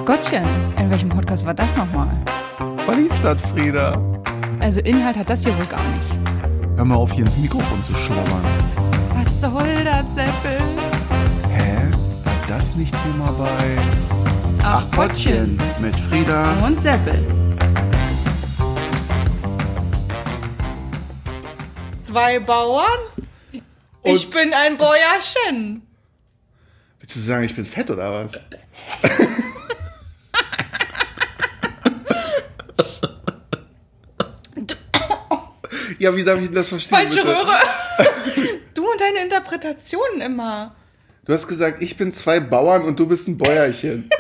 Gottchen, in welchem Podcast war das nochmal? Was ist das, Frieda? Also Inhalt hat das hier wohl gar nicht. Hör mal auf, hier ins Mikrofon zu schlabbern. Was soll das, Seppel? Hä? War das nicht Thema bei Ach Pottchen mit Frieda und Seppel. Zwei Bauern? Ich bin ein Bäuerchen. Willst du sagen, ich bin fett oder was? Ja, wie darf ich denn das verstehen? Falsche bitte? Röhre. Du und deine Interpretationen immer. Du hast gesagt, ich bin zwei Bauern und du bist ein Bäuerchen.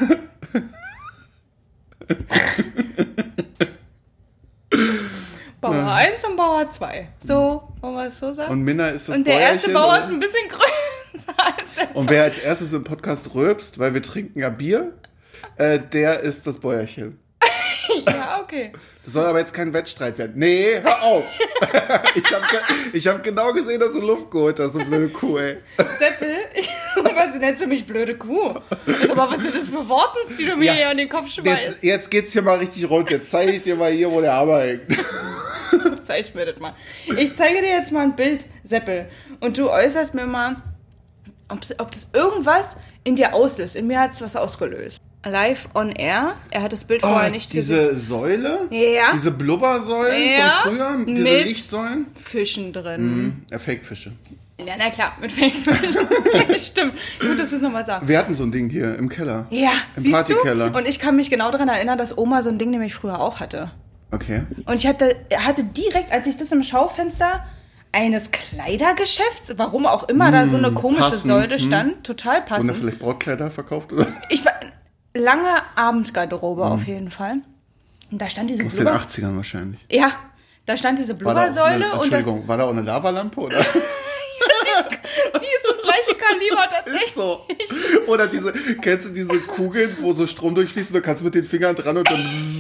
Bauer 1 und Bauer 2. So, wollen wir es so sagen? Und Minna ist das Und der erste Bäuerchen, Bauer oder? ist ein bisschen größer als der Und wer als erstes im Podcast rülpst, weil wir trinken ja Bier, der ist das Bäuerchen. Ja, okay. Das soll aber jetzt kein Wettstreit werden. Nee, hör auf. Ich hab genau gesehen, dass du Luft geholt hast, so blöde Kuh, ey. Seppel, was nennst du mich blöde Kuh? Also, aber was sind das für Wortens, die du mir Ja. hier an den Kopf schmeißt? Jetzt geht's hier mal richtig rund. Jetzt zeige ich dir mal hier, wo der Hammer hängt. Zeig mir das mal. Ich zeige dir jetzt mal ein Bild, Seppel. Und du äußerst mir mal, ob das irgendwas in dir auslöst. In mir hat es was ausgelöst. Live on air. Er hat das Bild vorher nicht gesehen. Diese Säule? Ja. Diese Blubbersäulen Ja. von früher? Diese Mit Lichtsäulen? Fischen drin. Ja, Fake-Fische. Ja, na klar, mit Fake-Fischen. Stimmt. Gut, dass wir es nochmal sagen. Wir hatten so ein Ding hier im Keller. Ja, Im siehst Partykeller. du? Und ich kann mich genau daran erinnern, dass Oma so ein Ding nämlich früher auch hatte. Okay. Und ich hatte direkt, als ich das im Schaufenster eines Kleidergeschäfts, warum auch immer da so eine komische passend, Säule stand, total Wurden da passend. vielleicht Brautkleider verkauft, oder? Ich war lange Abendgarderobe auf jeden Fall. Und da stand diese Aus den 80ern wahrscheinlich. Ja, da stand diese Blubbersäule und da, Entschuldigung, war da auch eine Lavalampe, oder? die ist das gleiche Kaliber tatsächlich. Ist so. Oder kennst du diese Kugeln, wo so Strom durchfließt und du kannst mit den Fingern dran und dann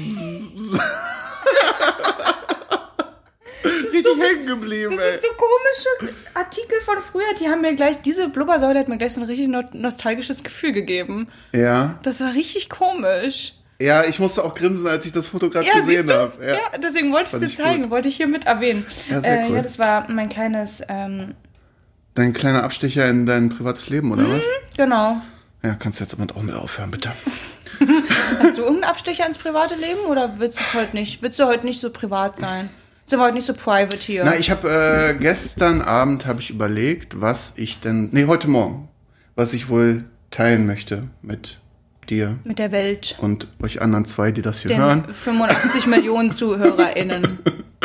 richtig hängen geblieben, Das ey. sind so komische Artikel von früher, die haben mir gleich, diese Blubbersäule hat mir gleich so ein richtig nostalgisches Gefühl gegeben. Ja. Das war richtig komisch. Ja, ich musste auch grinsen, als ich das Foto gerade Ja, gesehen siehst du? habe. Ja, deswegen wollte ich Fand es ich dir zeigen, gut. wollte ich hier mit erwähnen. Ja, sehr cool. Ja, das war mein kleines, Dein kleiner Abstecher in dein privates Leben, oder was? genau. Ja, kannst du jetzt aber auch mit aufhören, bitte. Hast du irgendeinen Abstecher ins private Leben oder willst du heute nicht? Willst du heute nicht so privat sein? Sind wir heute nicht so private hier? Na, ich habe gestern Abend habe ich überlegt, heute Morgen, was ich wohl teilen möchte mit dir Mit der Welt. und euch anderen zwei, die das hier Den hören. 85 Millionen ZuhörerInnen.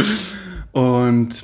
Und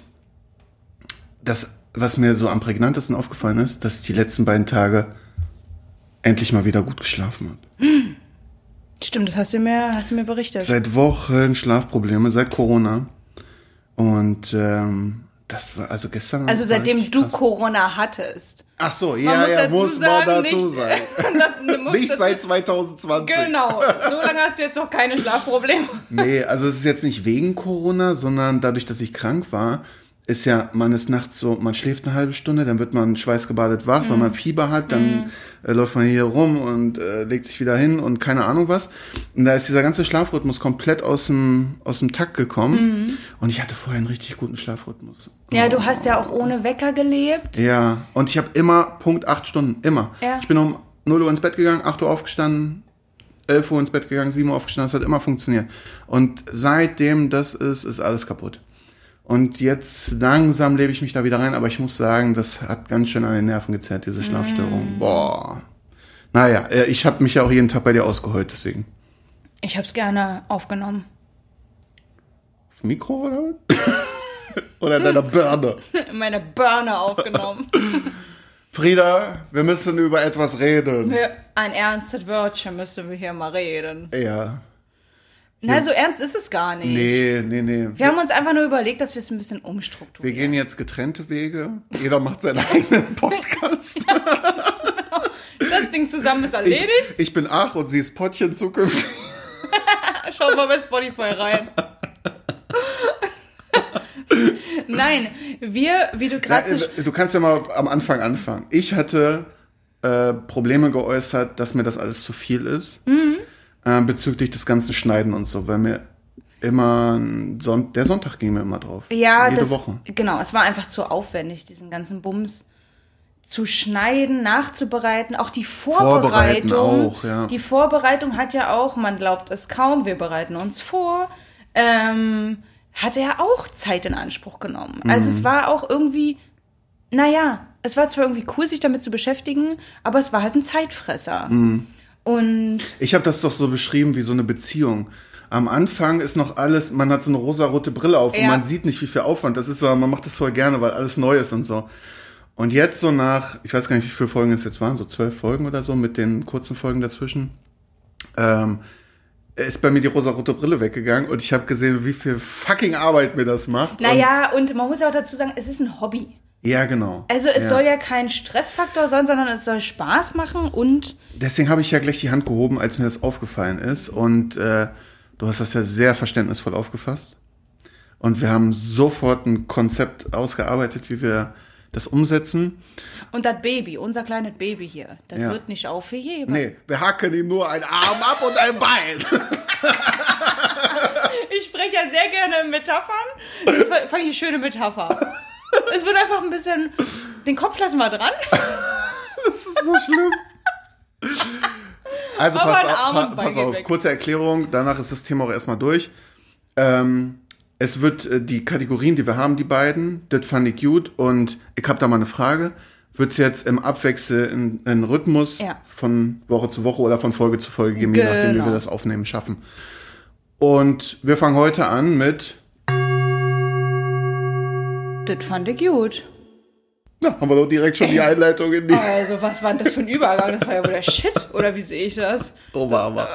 das, was mir so am prägnantesten aufgefallen ist, dass ich die letzten beiden Tage endlich mal wieder gut geschlafen habe. Stimmt, das hast du mir berichtet. Seit Wochen Schlafprobleme, seit Corona. Und das war also gestern. Also war seitdem richtig du krass. Corona hattest. Ach so, Man ja, muss man dazu nicht, sagen. das Nicht seit 2020. Genau, so lange hast du jetzt noch keine Schlafprobleme. Nee, also es ist jetzt nicht wegen Corona, sondern dadurch, dass ich krank war, ist ja, man ist nachts so, man schläft eine halbe Stunde, dann wird man schweißgebadet wach, weil man Fieber hat, dann läuft man hier rum und legt sich wieder hin und keine Ahnung was. Und da ist dieser ganze Schlafrhythmus komplett aus dem Takt gekommen. Und ich hatte vorher einen richtig guten Schlafrhythmus. Ja, du hast ja auch ohne Wecker gelebt. Ja, und ich habe immer Punkt 8 Stunden, immer. Ja. Ich bin um 0 Uhr ins Bett gegangen, 8 Uhr aufgestanden, 11 Uhr ins Bett gegangen, 7 Uhr aufgestanden, das hat immer funktioniert. Und seitdem das ist alles kaputt. Und jetzt langsam lebe ich mich da wieder rein, aber ich muss sagen, das hat ganz schön an den Nerven gezerrt, diese Schlafstörung. Boah. Naja, ich habe mich ja auch jeden Tag bei dir ausgeheult, deswegen. Ich hab's gerne aufgenommen. Auf Mikro oder was? Oder deiner Birne? Meine Birne aufgenommen. Frieda, wir müssen über etwas reden. Ein ernstes Wörtchen müssen wir hier mal reden. Ja. Na, so ernst ist es gar nicht. Nee. Wir haben uns einfach nur überlegt, dass wir es ein bisschen Wir umstrukturieren. gehen jetzt getrennte Wege. Jeder macht seinen eigenen Podcast. Das Ding zusammen ist erledigt. Ich bin Ach und sie ist Pottchen zukünftig. Schaut mal bei Spotify rein. Nein, wie du gerade so... Du kannst ja mal am Anfang anfangen. Ich hatte Probleme geäußert, dass mir das alles zu viel ist. bezüglich des ganzen Schneiden und so, weil mir immer der Sonntag ging mir immer drauf. Ja, jede Woche. Genau, es war einfach zu aufwendig, diesen ganzen Bums zu schneiden, nachzubereiten, auch die Vorbereitung. Auch, ja. Die Vorbereitung hat ja auch, man glaubt es kaum, wir bereiten uns vor, hat ja auch Zeit in Anspruch genommen. Also es war auch irgendwie, es war zwar irgendwie cool, sich damit zu beschäftigen, aber es war halt ein Zeitfresser. Und ich habe das doch so beschrieben wie so eine Beziehung. Am Anfang ist noch alles, man hat so eine rosarote Brille auf und man sieht nicht, wie viel Aufwand das ist, sondern man macht das voll gerne, weil alles neu ist und so. Und jetzt so nach, ich weiß gar nicht, wie viele Folgen es jetzt waren, so 12 Folgen oder so, mit den kurzen Folgen dazwischen, ist bei mir die rosarote Brille weggegangen und ich habe gesehen, wie viel fucking Arbeit mir das macht. Und man muss ja auch dazu sagen, es ist ein Hobby. Ja, genau. Also es soll ja kein Stressfaktor sein, sondern es soll Spaß machen und... Deswegen habe ich ja gleich die Hand gehoben, als mir das aufgefallen ist und du hast das ja sehr verständnisvoll aufgefasst. Und wir haben sofort ein Konzept ausgearbeitet, wie wir das umsetzen. Und das Baby, unser kleines Baby hier, das wird nicht aufgegeben. Nee, wir hacken ihm nur einen Arm ab und ein Bein. Ich spreche ja sehr gerne in Metaphern. Das fand ich eine schöne Metapher. Es wird einfach ein bisschen... Den Kopf lassen wir dran. Das ist so schlimm. Also pass auf, kurze Erklärung, danach ist das Thema auch erstmal durch. Es wird die Kategorien, die wir haben, die beiden, das fand ich gut und ich habe da mal eine Frage. Wird es jetzt im Abwechsel in Rhythmus von Woche zu Woche oder von Folge zu Folge geben, je nachdem, wie wir das Aufnehmen schaffen. Und wir fangen heute an mit... Das fand ich gut. Ja, haben wir doch direkt schon die Einleitung in die... Also, was war denn das für ein Übergang? Das war ja wohl der Shit, oder wie sehe ich das? Obama.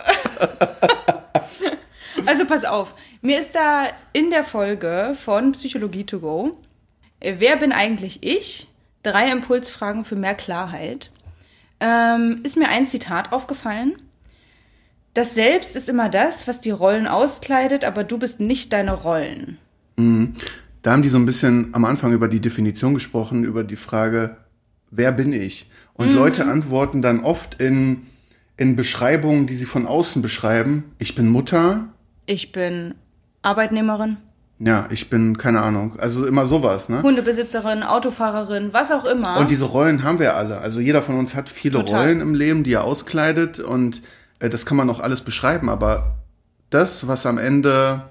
Also, pass auf. Mir ist da in der Folge von Psychologie to go, wer bin eigentlich ich? 3 Impulsfragen für mehr Klarheit. Ist mir ein Zitat aufgefallen. Das Selbst ist immer das, was die Rollen auskleidet, aber du bist nicht deine Rollen. Da haben die so ein bisschen am Anfang über die Definition gesprochen, über die Frage, wer bin ich? Und Leute antworten dann oft in Beschreibungen, die sie von außen beschreiben. Ich bin Mutter. Ich bin Arbeitnehmerin. Ja, ich bin, keine Ahnung, also immer sowas, ne? Hundebesitzerin, Autofahrerin, was auch immer. Und diese Rollen haben wir alle. Also jeder von uns hat viele Rollen im Leben, die er auskleidet und das kann man auch alles beschreiben. Aber das, was am Ende,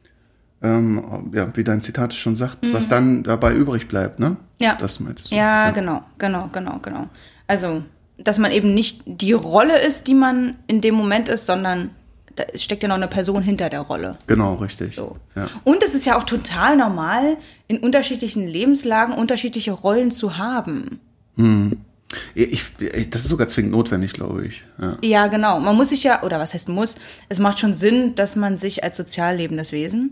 wie dein Zitat schon sagt, was dann dabei übrig bleibt, ne? Ja. Das meintest du. Ja, genau. Also, dass man eben nicht die Rolle ist, die man in dem Moment ist, sondern da steckt ja noch eine Person hinter der Rolle. Genau, richtig. So. Ja. Und es ist ja auch total normal, in unterschiedlichen Lebenslagen unterschiedliche Rollen zu haben. Das ist sogar zwingend notwendig, glaube ich. Ja, genau. Man muss sich ja, oder was heißt muss, es macht schon Sinn, dass man sich als sozial lebendes Wesen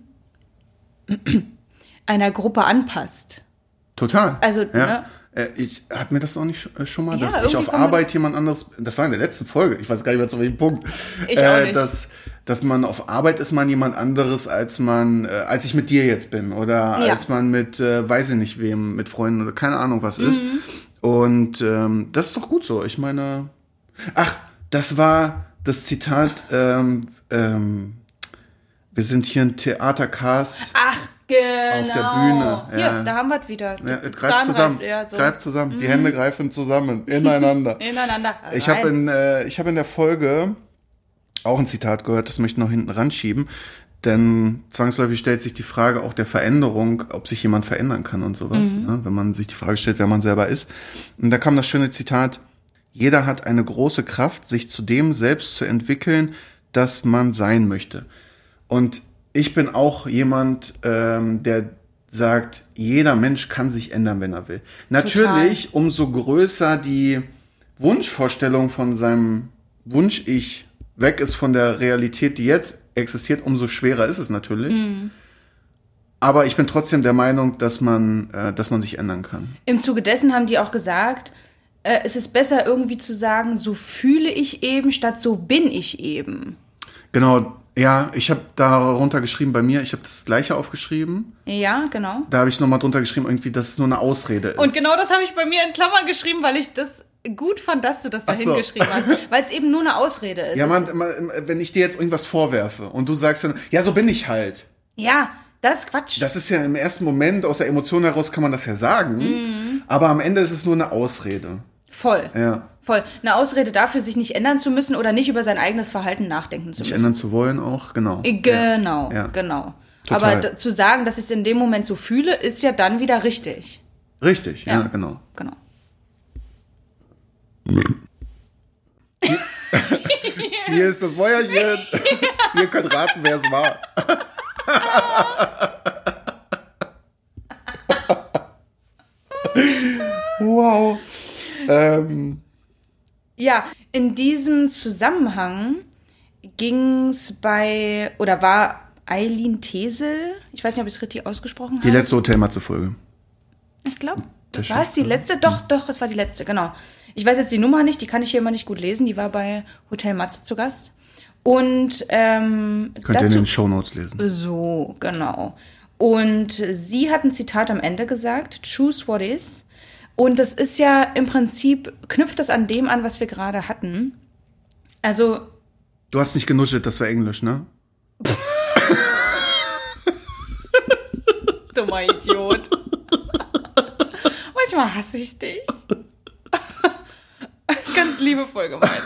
einer Gruppe anpasst. Total. Also, ja. Hat mir das auch nicht schon mal, Ja, dass ich irgendwie auf kann man Arbeit jemand anderes, das war in der letzten Folge, ich weiß gar nicht mehr zu welchem Punkt, Ich auch nicht. dass man auf Arbeit ist man jemand anderes, als ich mit dir jetzt bin oder als man mit, weiß ich nicht wem, mit Freunden oder keine Ahnung was ist. Und das ist doch gut so. Ich meine, das war das Zitat, wir sind hier ein Theatercast. Genau. Auf der Bühne. Ja, da haben wir es wieder. Ja, greift zusammen. Ja, so. Greift zusammen. Die Hände greifen zusammen. Ineinander. Ich habe in der Folge auch ein Zitat gehört, das möchte ich noch hinten ranschieben. Denn zwangsläufig stellt sich die Frage auch der Veränderung, ob sich jemand verändern kann und sowas. Ne? Wenn man sich die Frage stellt, wer man selber ist. Und da kam das schöne Zitat: Jeder hat eine große Kraft, sich zu dem selbst zu entwickeln, das man sein möchte. Und ich bin auch jemand, der sagt, jeder Mensch kann sich ändern, wenn er will. Natürlich, umso größer die Wunschvorstellung von seinem Wunsch-Ich weg ist von der Realität, die jetzt existiert, umso schwerer ist es natürlich. Aber ich bin trotzdem der Meinung, dass man sich ändern kann. Im Zuge dessen haben die auch gesagt, es ist besser irgendwie zu sagen, so fühle ich eben, statt so bin ich eben. Genau. Ja, ich habe darunter geschrieben bei mir, ich habe das Gleiche aufgeschrieben. Ja, genau. Da habe ich nochmal drunter geschrieben, irgendwie, dass es nur eine Ausrede ist. Und genau das habe ich bei mir in Klammern geschrieben, weil ich das gut fand, dass du das da Ach so. hingeschrieben hast, weil es eben nur eine Ausrede ist. Ja, wenn ich dir jetzt irgendwas vorwerfe und du sagst dann, ja, so bin ich halt. Ja, das ist Quatsch. Das ist ja im ersten Moment, aus der Emotion heraus kann man das ja sagen, aber am Ende ist es nur eine Ausrede. Voll. Ja. Voll. Eine Ausrede dafür, sich nicht ändern zu müssen oder nicht über sein eigenes Verhalten nachdenken zu Sich müssen. ändern zu wollen auch, genau. Genau, Ja. genau. Total. Aber zu sagen, dass ich es in dem Moment so fühle, ist ja dann wieder richtig. Richtig, ja, genau. Genau. Hier ist das Bäuerchen. Ihr könnt raten, wer es war. Wow. Ja, in diesem Zusammenhang war Eileen Tesel, ich weiß nicht, ob ich es richtig ausgesprochen habe. Die letzte Hotel-Matze-Folge. Ich glaube, Das war es die stimmt. letzte? Doch, es war die letzte, genau. Ich weiß jetzt die Nummer nicht, die kann ich hier immer nicht gut lesen. Die war bei Hotel Matze zu Gast. Und Könnt ihr in den Shownotes lesen. So, genau. Und sie hat ein Zitat am Ende gesagt, choose what is. Und das ist ja im Prinzip, knüpft das an dem an, was wir gerade hatten. Also, Du hast nicht genuschelt, das war Englisch, ne? dummer Idiot. Manchmal hasse ich dich. Ganz liebevoll gemeint.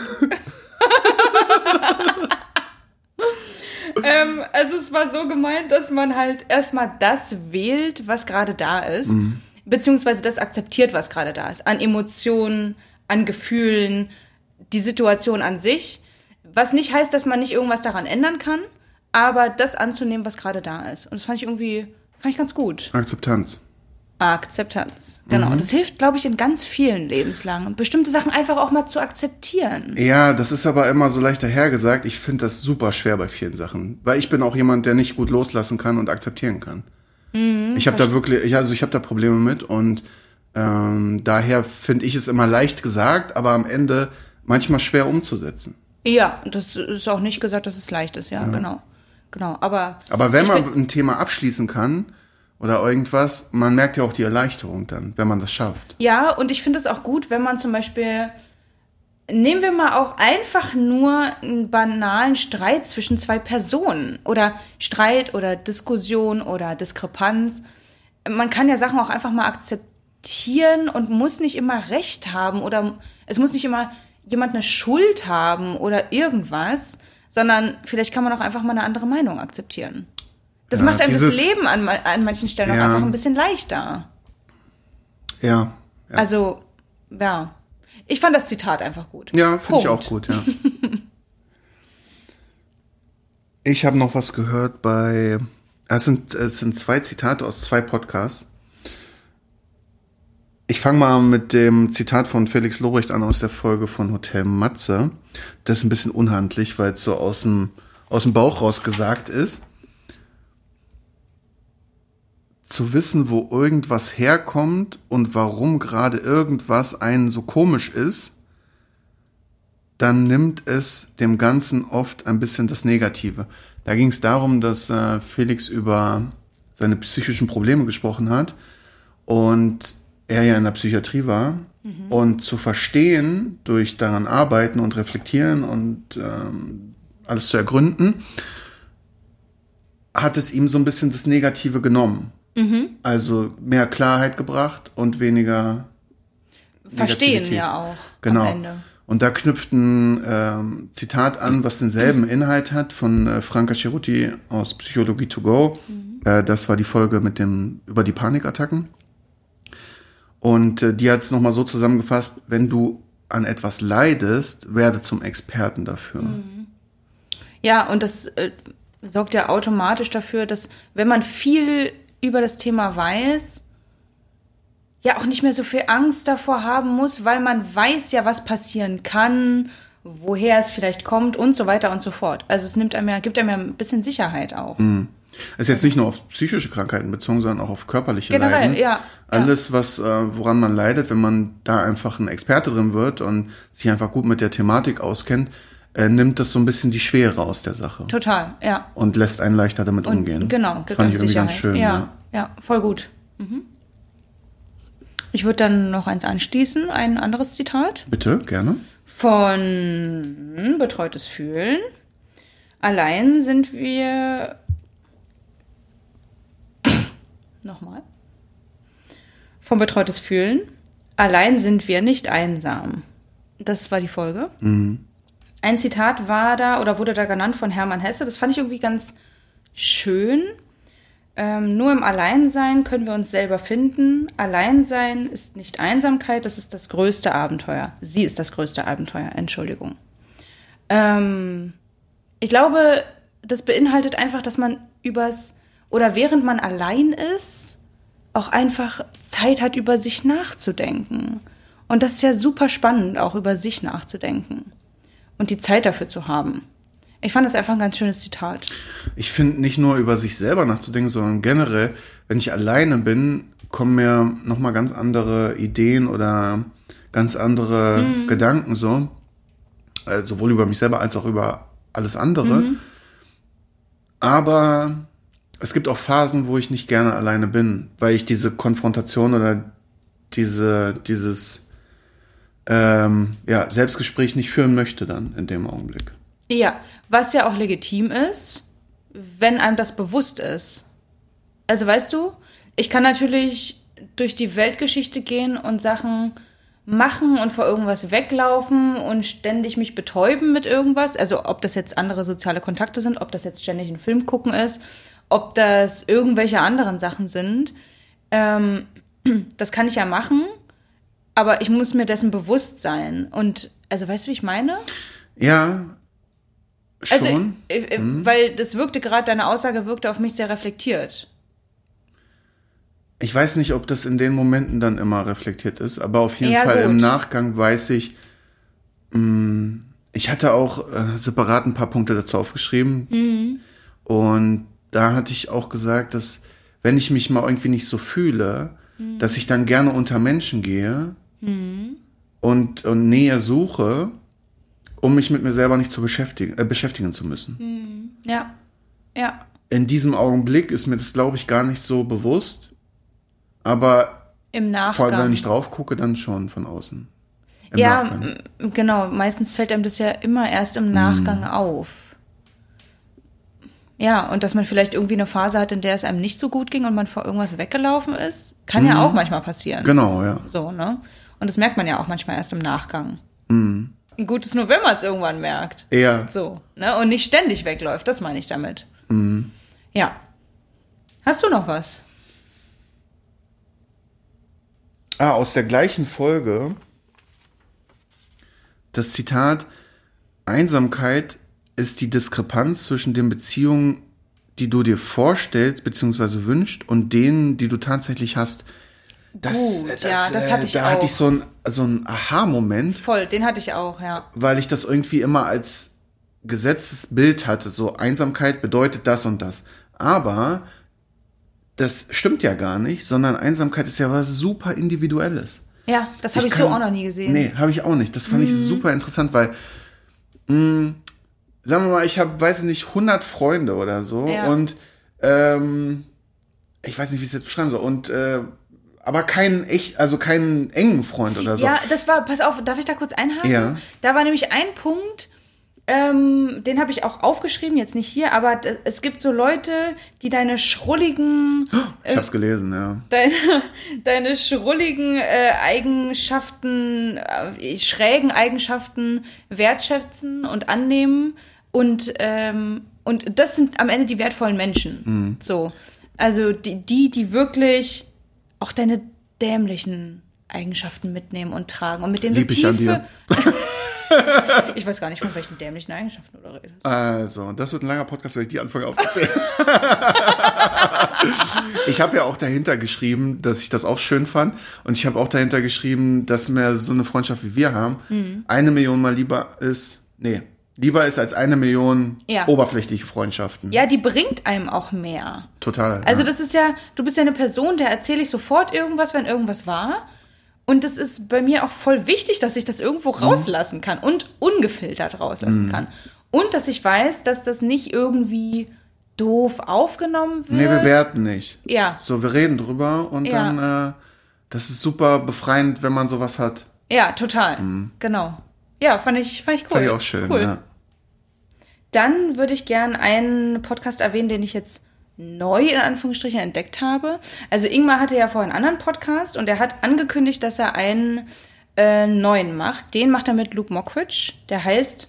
Also es war so gemeint, dass man halt erstmal das wählt, was gerade da ist, beziehungsweise das akzeptiert, was gerade da ist. An Emotionen, an Gefühlen, die Situation an sich. Was nicht heißt, dass man nicht irgendwas daran ändern kann, aber das anzunehmen, was gerade da ist. Und das fand ich ganz gut. Akzeptanz. Akzeptanz, genau. Das hilft, glaube ich, in ganz vielen Lebenslagen. Bestimmte Sachen einfach auch mal zu akzeptieren. Ja, das ist aber immer so leicht dahergesagt. Ich finde das super schwer bei vielen Sachen. Weil ich bin auch jemand, der nicht gut loslassen kann und akzeptieren kann. Ich habe da wirklich, ich habe da Probleme mit und daher finde ich es immer leicht gesagt, aber am Ende manchmal schwer umzusetzen. Ja, das ist auch nicht gesagt, dass es leicht ist, ja. Genau. Aber wenn man ein Thema abschließen kann oder irgendwas, man merkt ja auch die Erleichterung dann, wenn man das schafft. Ja, und ich finde es auch gut, wenn man zum Beispiel, nehmen wir mal auch einfach nur einen banalen Streit zwischen zwei Personen oder Streit oder Diskussion oder Diskrepanz. Man kann ja Sachen auch einfach mal akzeptieren und muss nicht immer Recht haben oder es muss nicht immer jemand eine Schuld haben oder irgendwas, sondern vielleicht kann man auch einfach mal eine andere Meinung akzeptieren. Das macht einem das Leben an manchen Stellen auch einfach ein bisschen leichter. Ja. Also, ja. Ich fand das Zitat einfach gut. Ja, finde ich auch gut, ja. Ich habe noch was gehört es sind 2 Zitate aus 2 Podcasts. Ich fange mal mit dem Zitat von Felix Lobrecht an aus der Folge von Hotel Matze. Das ist ein bisschen unhandlich, weil es so aus dem Bauch raus gesagt ist. Zu wissen, wo irgendwas herkommt und warum gerade irgendwas einen so komisch ist, dann nimmt es dem Ganzen oft ein bisschen das Negative. Da ging es darum, dass Felix über seine psychischen Probleme gesprochen hat und er ja in der Psychiatrie war. Und zu verstehen, durch daran arbeiten und reflektieren und alles zu ergründen, hat es ihm so ein bisschen das Negative genommen. Also mehr Klarheit gebracht und weniger Verstehen Negativität. ja auch genau. am Ende. Und da knüpft ein Zitat an, was denselben Inhalt hat, von Franka Cerutti aus Psychologie to go. Das war die Folge über die Panikattacken. Und die hat es nochmal so zusammengefasst, wenn du an etwas leidest, werde zum Experten dafür. Ja, und das sorgt ja automatisch dafür, dass, wenn man viel über das Thema weiß, ja auch nicht mehr so viel Angst davor haben muss, weil man weiß ja, was passieren kann, woher es vielleicht kommt und so weiter und so fort. Also es gibt einem ja ein bisschen Sicherheit auch. Ist jetzt nicht nur auf psychische Krankheiten bezogen, sondern auch auf körperliche Generell, Leiden. ja. Alles, woran man leidet, wenn man da einfach ein Experte drin wird und sich einfach gut mit der Thematik auskennt, nimmt das so ein bisschen die Schwere aus der Sache. Total, ja. Und lässt einen leichter damit umgehen. Genau, Fand ich irgendwie ganz schön. Ja, voll gut. Ich würde dann noch eins anschließen, ein anderes Zitat. Bitte, gerne. Von Betreutes Fühlen. Allein sind wir... Nochmal. Von Betreutes Fühlen. Allein sind wir nicht einsam. Das war die Folge. Ein Zitat war da oder wurde da genannt von Hermann Hesse. Das fand ich irgendwie ganz schön. Nur im Alleinsein können wir uns selber finden. Alleinsein ist nicht Einsamkeit, das ist das größte Abenteuer. Sie ist das größte Abenteuer, Entschuldigung. Ich glaube, das beinhaltet einfach, dass man während man allein ist, auch einfach Zeit hat, über sich nachzudenken. Und das ist ja super spannend, auch über sich nachzudenken. Und die Zeit dafür zu haben. Ich fand das einfach ein ganz schönes Zitat. Ich finde, nicht nur über sich selber nachzudenken, sondern generell, wenn ich alleine bin, kommen mir nochmal ganz andere Ideen oder ganz andere Gedanken so. Sowohl über mich selber als auch über alles andere. Aber es gibt auch Phasen, wo ich nicht gerne alleine bin, weil ich diese Konfrontation oder dieses Selbstgespräch nicht führen möchte dann in dem Augenblick. Ja, was ja auch legitim ist, wenn einem das bewusst ist. Also weißt du, ich kann natürlich durch die Weltgeschichte gehen und Sachen machen und vor irgendwas weglaufen und ständig mich betäuben mit irgendwas. Also ob das jetzt andere soziale Kontakte sind, ob das jetzt ständig ein Film gucken ist, ob das irgendwelche anderen Sachen sind. Das kann ich ja machen, aber ich muss mir dessen bewusst sein. Und also weißt du, wie ich meine? Ja, schon. Also, weil deine Aussage wirkte auf mich sehr reflektiert. Ich weiß nicht, ob das in den Momenten dann immer reflektiert ist, aber auf jeden Fall gut. im Nachgang weiß ich, ich hatte auch separat ein paar Punkte dazu aufgeschrieben. Und da hatte ich auch gesagt, dass wenn ich mich mal irgendwie nicht so fühle, dass ich dann gerne unter Menschen gehe und Nähe suche, um mich mit mir selber nicht beschäftigen zu müssen. Ja. In diesem Augenblick ist mir das, glaube ich, gar nicht so bewusst. Aber im Nachgang. Vor allem, wenn ich drauf gucke, dann schon von außen. Im ja, Nachgang. Genau. Meistens fällt einem das ja immer erst im Nachgang auf. Ja, und dass man vielleicht irgendwie eine Phase hat, in der es einem nicht so gut ging und man vor irgendwas weggelaufen ist, kann ja auch manchmal passieren. Genau, ja. So, ne? Und das merkt man ja auch manchmal erst im Nachgang. Gut ist nur, wenn man es irgendwann merkt. Ja. So, ne? Und nicht ständig wegläuft, das meine ich damit. Ja. Hast du noch was? Aus der gleichen Folge das Zitat: Einsamkeit ist die Diskrepanz zwischen den Beziehungen, die du dir vorstellst bzw. wünschst und denen, die du tatsächlich hast. Das hatte ich auch. Da hatte ich so einen Aha-Moment. Voll, den hatte ich auch, ja. Weil ich das irgendwie immer als gesetztes Bild hatte. So, Einsamkeit bedeutet das und das. Aber das stimmt ja gar nicht, sondern Einsamkeit ist ja was super Individuelles. Ja, das habe ich so auch noch nie gesehen. Nee, habe ich auch nicht. Das fand ich super interessant, weil, sagen wir mal, ich habe, weiß ich nicht, 100 Freunde oder so. Ja. Und ich weiß nicht, wie ich es jetzt beschreiben soll. Und aber keinen engen Freund oder so. Ja, das war, pass auf, darf ich da kurz einhaken? Ja. Da war nämlich ein Punkt, den habe ich auch aufgeschrieben, jetzt nicht hier, aber es gibt so Leute, die deine schrulligen... ich hab's gelesen, ja. Deine schrulligen Eigenschaften, schrägen Eigenschaften wertschätzen und annehmen und das sind am Ende die wertvollen Menschen. So. Also die wirklich auch deine dämlichen Eigenschaften mitnehmen und tragen und mit denen Lieb du ich an dir. Ich weiß gar nicht, von welchen dämlichen Eigenschaften du redest. Also, das wird ein langer Podcast, wenn ich die anfange aufzuzählen. Ich habe ja auch dahinter geschrieben, dass ich das auch schön fand. Und ich habe auch dahinter geschrieben, dass mir so eine Freundschaft wie wir haben, 1 Million mal lieber ist als 1 Million oberflächliche Freundschaften. Ja, die bringt einem auch mehr. Total. Also das ist ja, du bist ja eine Person, der erzähle ich sofort irgendwas, wenn irgendwas war. Und das ist bei mir auch voll wichtig, dass ich das irgendwo rauslassen kann und ungefiltert rauslassen kann. Und dass ich weiß, dass das nicht irgendwie doof aufgenommen wird. Nee, wir werten nicht. Ja. So, wir reden drüber und dann Das ist super befreiend, wenn man sowas hat. Ja, total. Genau. Ja, fand ich cool. Fand ich auch schön, cool. ja. Dann würde ich gern einen Podcast erwähnen, den ich jetzt neu in Anführungsstrichen entdeckt habe. Also Ingmar hatte ja vorher einen anderen Podcast und er hat angekündigt, dass er einen neuen macht. Den macht er mit Luke Mockridge. Der heißt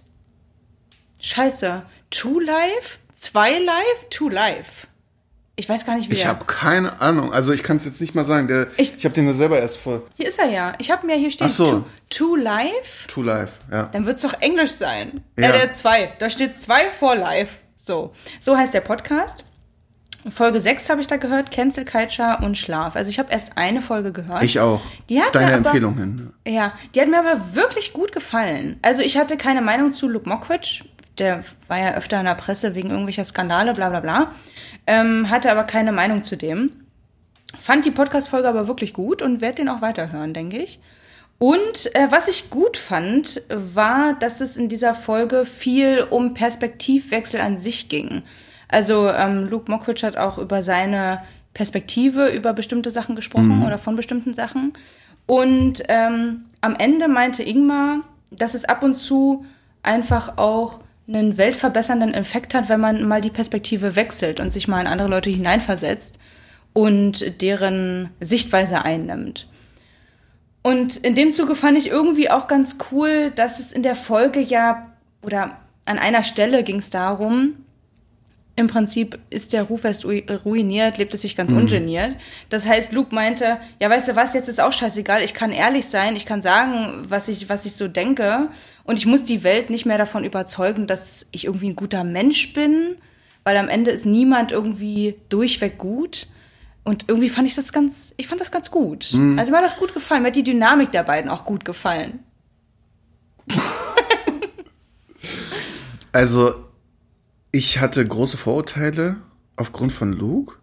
Two Life? 2 Life? Two Life. Ich weiß gar nicht, wie Ich habe keine Ahnung. Also ich kann es jetzt nicht mal sagen. Ich habe den ja selber erst vor. Hier ist er ja. Ich habe mir hier stehen Ach so. Two Life. Two Life, ja. Dann wird es doch Englisch sein. Ja. Der 2. Da steht 2 vor Life. So heißt der Podcast. Folge 6 habe ich da gehört. Cancel Culture und Schlaf. Also ich habe erst eine Folge gehört. Ich auch. Die hat auf deine mir aber, Empfehlung hin. Ja, die hat mir aber wirklich gut gefallen. Also ich hatte keine Meinung zu Luke Mockridge. Der war ja öfter in der Presse wegen irgendwelcher Skandale, bla bla bla. Hatte aber keine Meinung zu dem. Fand die Podcast-Folge aber wirklich gut und werde den auch weiterhören, denke ich. Und was ich gut fand, war, dass es in dieser Folge viel um Perspektivwechsel an sich ging. Also Luke Mockridge hat auch über seine Perspektive über bestimmte Sachen gesprochen oder von bestimmten Sachen. Und am Ende meinte Ingmar, dass es ab und zu einfach auch einen weltverbessernden Effekt hat, wenn man mal die Perspektive wechselt und sich mal in andere Leute hineinversetzt und deren Sichtweise einnimmt. Und in dem Zuge fand ich irgendwie auch ganz cool, dass es in der Folge ja, oder an einer Stelle ging es darum, im Prinzip ist der Ruf erst ruiniert, lebt es sich ganz ungeniert. Das heißt, Luke meinte, ja, weißt du was, jetzt ist auch scheißegal, ich kann ehrlich sein, ich kann sagen, was ich so denke und ich muss die Welt nicht mehr davon überzeugen, dass ich irgendwie ein guter Mensch bin, weil am Ende ist niemand irgendwie durchweg gut. Und irgendwie fand ich das ganz gut. Also mir hat das gut gefallen, mir hat die Dynamik der beiden auch gut gefallen. Also, ich hatte große Vorurteile aufgrund von Luke.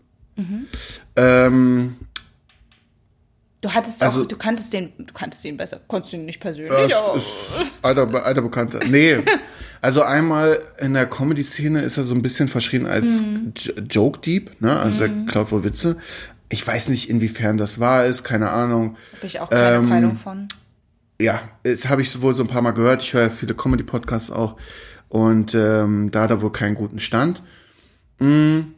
Du kanntest den besser. Konntest du ihn nicht persönlich? Ist alter Bekannter. Nee, also einmal in der Comedy-Szene ist er so ein bisschen verschrien als Joke-Dieb, ne? Also der klaut wohl Witze. Ich weiß nicht, inwiefern das wahr ist, keine Ahnung. Habe ich auch keine Meinung von. Ja, das habe ich wohl so ein paar Mal gehört. Ich höre ja viele Comedy-Podcasts auch. Und da hat er wohl keinen guten Stand. Und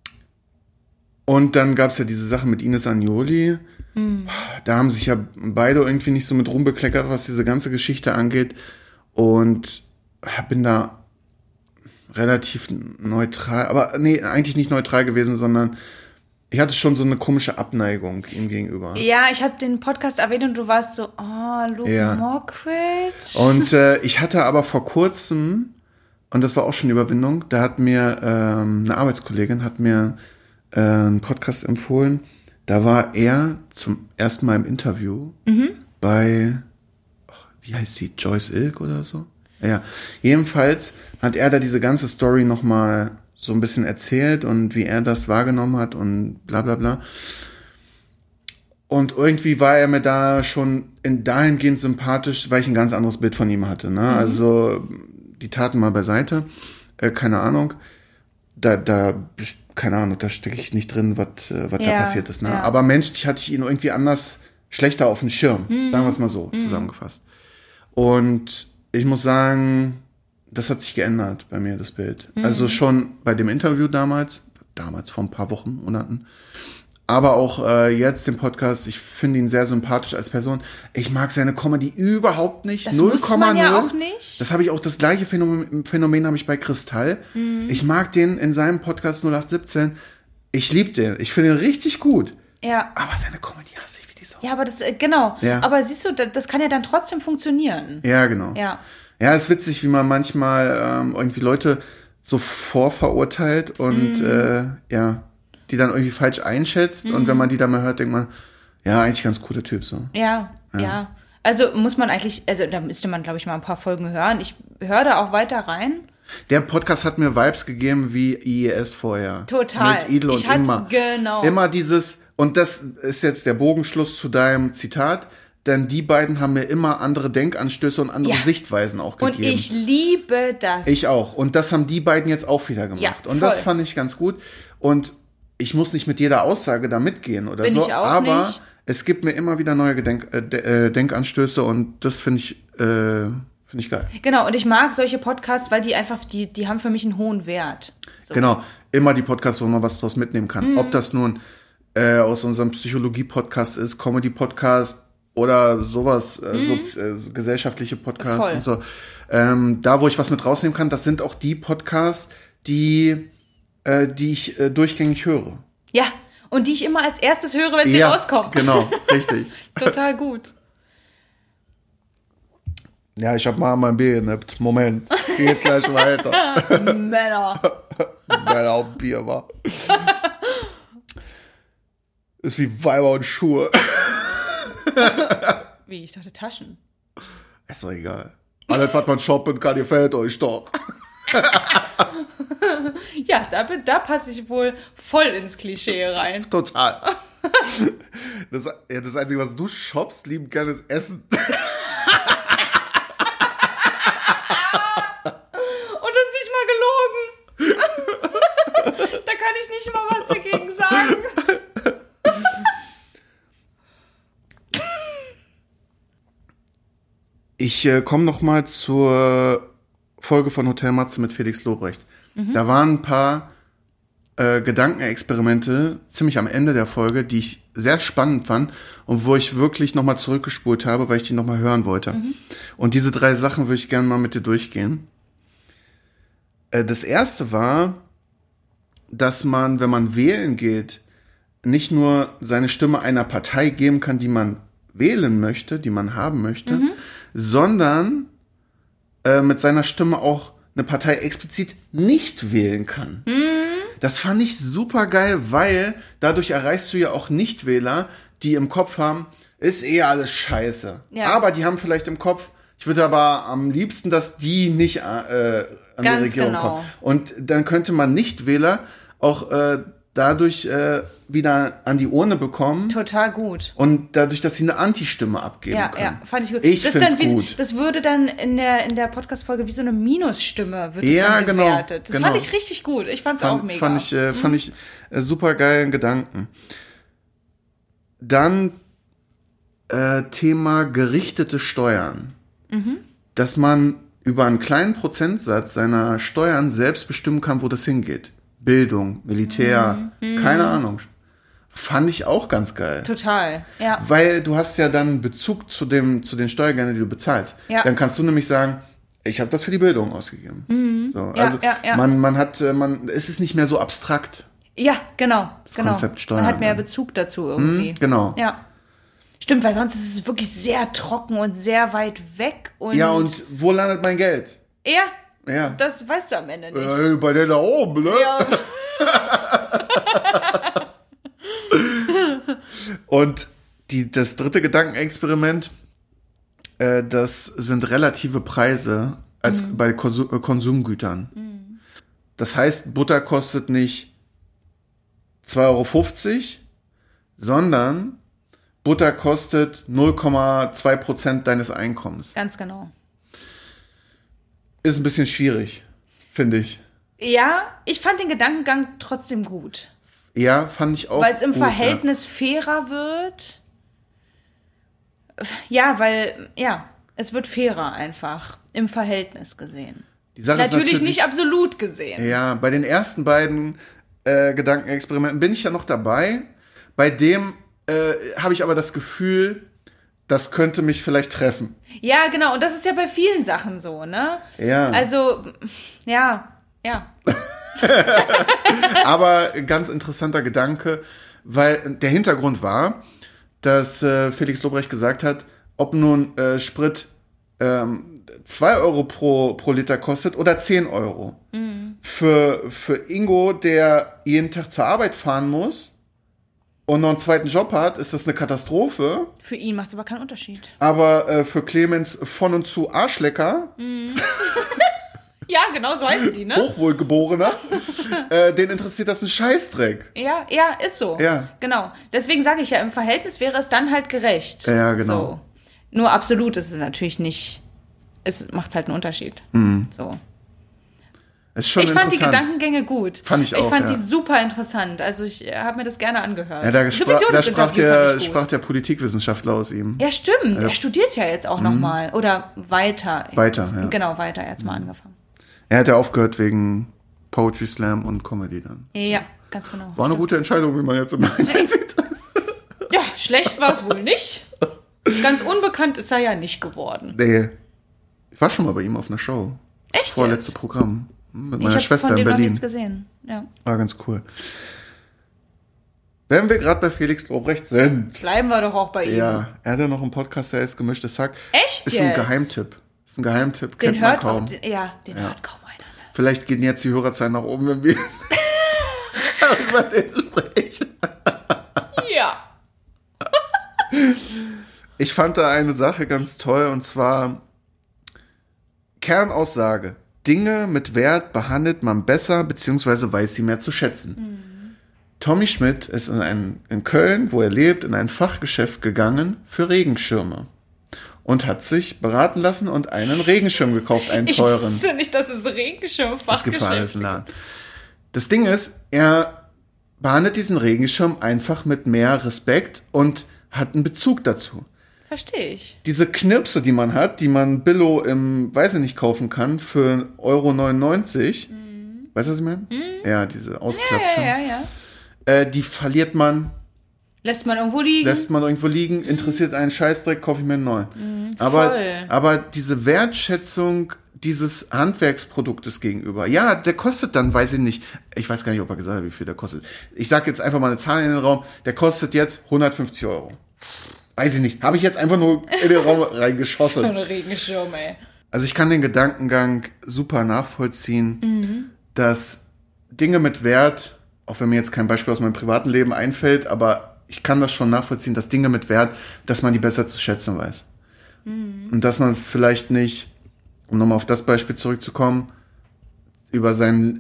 dann gab es ja diese Sache mit Ines Agnoli. Da haben sich ja beide irgendwie nicht so mit rumbekleckert, was diese ganze Geschichte angeht. Und bin da relativ neutral, aber nee, eigentlich nicht neutral gewesen, sondern ich hatte schon so eine komische Abneigung ihm gegenüber. Ja, ich habe den Podcast erwähnt und du warst so, Luke Mockridge. Und ich hatte aber vor kurzem, und das war auch schon Überwindung, da hat mir eine Arbeitskollegin einen Podcast empfohlen. Da war er zum ersten Mal im Interview bei, wie heißt sie, Joyce Ilk oder so? Ja, jedenfalls hat er da diese ganze Story nochmal so ein bisschen erzählt und wie er das wahrgenommen hat und bla bla bla. Und irgendwie war er mir da schon dahingehend sympathisch, weil ich ein ganz anderes Bild von ihm hatte. Ne? Also die Taten mal beiseite, keine Ahnung. Keine Ahnung, da stecke ich nicht drin, was da passiert ist. Ne? Ja. Aber menschlich hatte ich ihn irgendwie anders, schlechter auf dem Schirm, sagen wir es mal so, zusammengefasst. Und ich muss sagen, das hat sich geändert bei mir, das Bild. Also schon bei dem Interview damals vor ein paar Wochen, Monaten, aber auch jetzt den Podcast, ich finde ihn sehr sympathisch als Person. Ich mag seine Comedy überhaupt nicht. Das muss man ja auch nicht. Das habe ich auch, das gleiche Phänomen habe ich bei Kristall. Ich mag den in seinem Podcast 0817. Ich liebe den. Ich finde ihn richtig gut. Ja. Aber seine Comedy hasse ich wie die Sau. Ja, aber das, genau. Ja. Aber siehst du, das kann ja dann trotzdem funktionieren. Ja, genau. Ja. Ja, ist witzig, wie man manchmal irgendwie Leute so vorverurteilt und die dann irgendwie falsch einschätzt. Und wenn man die dann mal hört, denkt man, ja, eigentlich ganz cooler Typ so. Ja. Also muss man eigentlich, da müsste man, glaube ich, mal ein paar Folgen hören. Ich höre da auch weiter rein. Der Podcast hat mir Vibes gegeben wie IES vorher. Total. Mit Idel und Ingmar. Genau. Immer dieses, und das ist jetzt der Bogenschluss zu deinem Zitat, denn die beiden haben mir immer andere Denkanstöße und andere Sichtweisen auch gegeben. Und ich liebe das. Ich auch. Und das haben die beiden jetzt auch wieder gemacht. Ja, und das fand ich ganz gut. Und ich muss nicht mit jeder Aussage da mitgehen oder Bin so, ich auch aber nicht. es gibt mir immer wieder neue Denkanstöße und das finde ich geil. Genau, und ich mag solche Podcasts, weil die einfach, die haben für mich einen hohen Wert. So. Genau, immer die Podcasts, wo man was draus mitnehmen kann. Ob das nun aus unserem Psychologie-Podcast ist, Comedy-Podcast oder sowas, gesellschaftliche Podcasts Voll. und so. Da, wo ich was mit rausnehmen kann, das sind auch die Podcasts, die ich durchgängig höre. Ja, und die ich immer als erstes höre, wenn sie rauskommen. Genau, richtig. Total gut. Ja, ich hab mal mein Bier genippt. Moment, geht gleich weiter. Männer. Weil auch Bier war. Ist wie Weiber und Schuhe. Wie, ich dachte Taschen. Ist doch egal. Alles, was man shoppen kann, gefällt euch doch. Ja, da passe ich wohl voll ins Klischee rein. Total. Das Einzige, was du shoppst, liebend gerne ist Essen. Und das ist nicht mal gelogen. Da kann ich nicht mal was dagegen sagen. Ich komme noch mal zur Folge von Hotel Matze mit Felix Lobrecht. Da waren ein paar Gedankenexperimente ziemlich am Ende der Folge, die ich sehr spannend fand und wo ich wirklich noch mal zurückgespult habe, weil ich die noch mal hören wollte. Und diese 3 Sachen würde ich gerne mal mit dir durchgehen. Das erste war, dass man, wenn man wählen geht, nicht nur seine Stimme einer Partei geben kann, die man wählen möchte, die man haben möchte, sondern mit seiner Stimme auch eine Partei explizit nicht wählen kann. Das fand ich super geil, weil dadurch erreichst du ja auch Nichtwähler, die im Kopf haben, ist eh alles scheiße. Ja. Aber die haben vielleicht im Kopf, ich würde aber am liebsten, dass die nicht an die Regierung kommen. Und dann könnte man Nichtwähler auch dadurch wieder an die Urne bekommen. Total gut. Und dadurch, dass sie eine Antistimme abgeben können. Ja, fand ich gut. Ich find's gut. Das würde dann in der Podcast-Folge wie so eine Minusstimme wird dann gewertet. Das fand ich richtig gut. Ich fand's auch mega. Fand ich super geilen Gedanken. Dann Thema gerichtete Steuern. Dass man über einen kleinen Prozentsatz seiner Steuern selbst bestimmen kann, wo das hingeht. Bildung, Militär, keine Ahnung. Fand ich auch ganz geil. Total, ja. Weil du hast ja dann Bezug zu den Steuergeldern, die du bezahlst. Ja. Dann kannst du nämlich sagen, ich habe das für die Bildung ausgegeben. So, ja, also es ist nicht mehr so abstrakt. Ja, genau. Das Konzept Steuern. Man hat mehr Bezug dazu irgendwie. Genau. Ja. Stimmt, weil sonst ist es wirklich sehr trocken und sehr weit weg. Und wo landet mein Geld? Ja, das weißt du am Ende nicht. Bei der da oben, ne? Ja. Und das dritte Gedankenexperiment, das sind relative Preise als bei Konsumgütern. Das heißt, Butter kostet nicht 2,50 €, sondern Butter kostet 0,2% deines Einkommens. Ganz genau. Ist ein bisschen schwierig, finde ich. Ja, ich fand den Gedankengang trotzdem gut. Ja, fand ich auch. Weil es im Verhältnis fairer wird. Ja, es wird fairer einfach. Im Verhältnis gesehen. Die Sache natürlich ist nicht absolut gesehen. Ja, bei den ersten beiden Gedankenexperimenten bin ich ja noch dabei. Bei dem habe ich aber das Gefühl, das könnte mich vielleicht treffen. Ja, genau. Und das ist ja bei vielen Sachen so, ne? Ja. Also, ja. Aber ganz interessanter Gedanke, weil der Hintergrund war, dass Felix Lobrecht gesagt hat, ob nun Sprit 2 € pro Liter kostet oder 10 €. Für Ingo, der jeden Tag zur Arbeit fahren muss und noch einen zweiten Job hat, ist das eine Katastrophe. Für ihn macht es aber keinen Unterschied. Aber für Clemens von und zu Arschlecker, ja, genau, so heißen die, ne? Hochwohlgeborener, den interessiert das ein Scheißdreck. Ja, ist so. Ja. Genau. Deswegen sage ich ja, im Verhältnis wäre es dann halt gerecht. Ja, genau. So. Nur absolut ist es natürlich nicht, es macht halt einen Unterschied. So. Ist schon Ich fand die interessant. Gedankengänge gut. Fand ich auch, Ich fand ja. die super interessant. Also ich habe mir das gerne angehört. Ja, da Sowieso sprach, das Interview fand ich gut. sprach der Politikwissenschaftler aus ihm. Ja, stimmt. Er studiert ja jetzt auch nochmal. Oder weiter. Weiter, ja. Genau, weiter. Er hat mal angefangen. Er hat ja aufgehört wegen Poetry Slam und Comedy dann. Ja, ganz genau. War eine gute Entscheidung, wie man jetzt im Nachhinein sieht. Ja, schlecht war es wohl nicht. Ganz unbekannt ist er ja nicht geworden. Nee. Ich war schon mal bei ihm auf einer Show. Das Echt vorletzte jetzt? Programm. Mit Ich meiner habe Schwester von in dem noch Berlin. nichts gesehen. Ja. War ganz cool. Wenn wir gerade bei Felix Lobrecht sind. Bleiben wir doch auch bei ihm. Ja, er hat ja noch einen Podcast, der heißt Gemischtes Hack. Echt Ist ein jetzt? Geheimtipp. Ist ein Geheimtipp, Den kennt man hört kaum. auch, den hört kaum einer. Ne? Vielleicht gehen jetzt die Hörerzahlen nach oben, wenn wir über den sprechen. Ja. Ich fand da eine Sache ganz toll, und zwar Kernaussage. Dinge mit Wert behandelt man besser, beziehungsweise weiß sie mehr zu schätzen. Tommy Schmidt ist in Köln, wo er lebt, in ein Fachgeschäft gegangen für Regenschirme. Und hat sich beraten lassen und einen Regenschirm gekauft, einen Ich teuren. wusste nicht, dass es Regenschirm Das Gefahr ist ein Laden. Das Ding ist, er behandelt diesen Regenschirm einfach mit mehr Respekt und hat einen Bezug dazu. Verstehe ich. Diese Knirpse, die man hat, die man Billo im, weiß ich nicht, kaufen kann für 1,99 €. Weißt du, was ich meine? Ja, diese Ausklappschen. Ja. Die verliert man, Lässt man irgendwo liegen. interessiert einen Scheißdreck, kaufe ich mir einen neuen. voll. Aber diese Wertschätzung dieses Handwerksproduktes gegenüber, ja, der kostet dann, weiß ich nicht, ich weiß gar nicht, ob er gesagt hat, wie viel der kostet. Ich sag jetzt einfach mal eine Zahl in den Raum, der kostet jetzt 150 €. Weiß ich nicht, habe ich jetzt einfach nur in den Raum reingeschossen. So ein Regenschirm, ey. Also ich kann den Gedankengang super nachvollziehen, dass Dinge mit Wert, auch wenn mir jetzt kein Beispiel aus meinem privaten Leben einfällt, aber ich kann das schon nachvollziehen, dass Dinge mit Wert, dass man die besser zu schätzen weiß. Und dass man vielleicht nicht, um nochmal auf das Beispiel zurückzukommen, über 10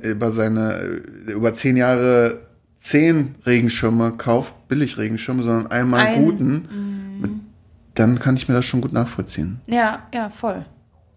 Jahre 10 Regenschirme kauft, billig Regenschirme, sondern einmal einen guten, dann kann ich mir das schon gut nachvollziehen. Ja, voll.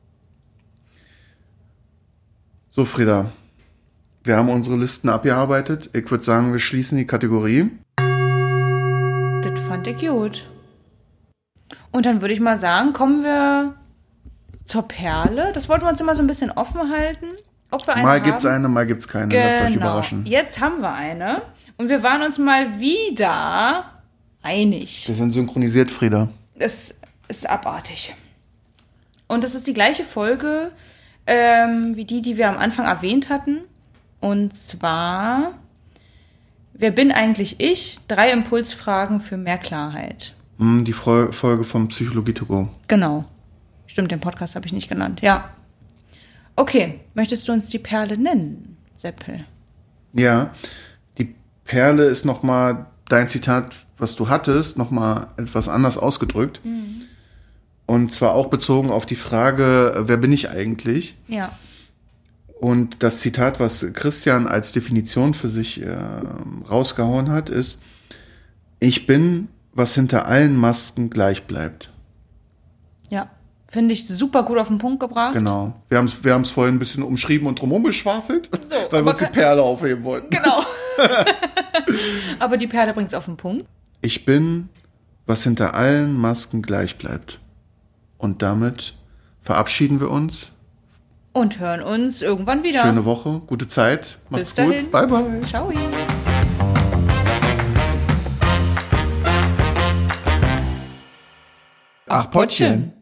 So, Frieda, wir haben unsere Listen abgearbeitet. Ich würde sagen, wir schließen die Kategorie. Das fand ich gut. Und dann würde ich mal sagen, kommen wir zur Perle. Das wollten wir uns immer so ein bisschen offen halten. Ob wir eine Mal haben. gibt's eine, mal gibt's keine. Lasst euch Genau. überraschen. Jetzt haben wir eine. Und wir waren uns mal wieder einig. Wir sind synchronisiert, Frieda. Es ist abartig. Und das ist die gleiche Folge wie die wir am Anfang erwähnt hatten. Und zwar, wer bin eigentlich ich? 3 Impulsfragen für mehr Klarheit. Die Folge vom Psychologie to go. Genau. Stimmt, den Podcast habe ich nicht genannt. Ja. Okay, möchtest du uns die Perle nennen, Seppel? Ja, die Perle ist nochmal dein Zitat, was du hattest, nochmal etwas anders ausgedrückt. Und zwar auch bezogen auf die Frage, wer bin ich eigentlich? Ja. Und das Zitat, was Christian als Definition für sich rausgehauen hat, ist: Ich bin, was hinter allen Masken gleich bleibt. Ja. Finde ich super gut auf den Punkt gebracht. Genau. Wir haben's vorhin ein bisschen umschrieben und drumherum geschwafelt, So, weil wir aber uns die Perle aufheben wollten. Genau. Aber die Perle bringt es auf den Punkt. Ich bin, was hinter allen Masken gleich bleibt. Und damit verabschieden wir uns. Und hören uns irgendwann wieder. Schöne Woche, gute Zeit. Macht's Bis dahin. gut. Bye, bye. Ciao. Ach, Pottchen.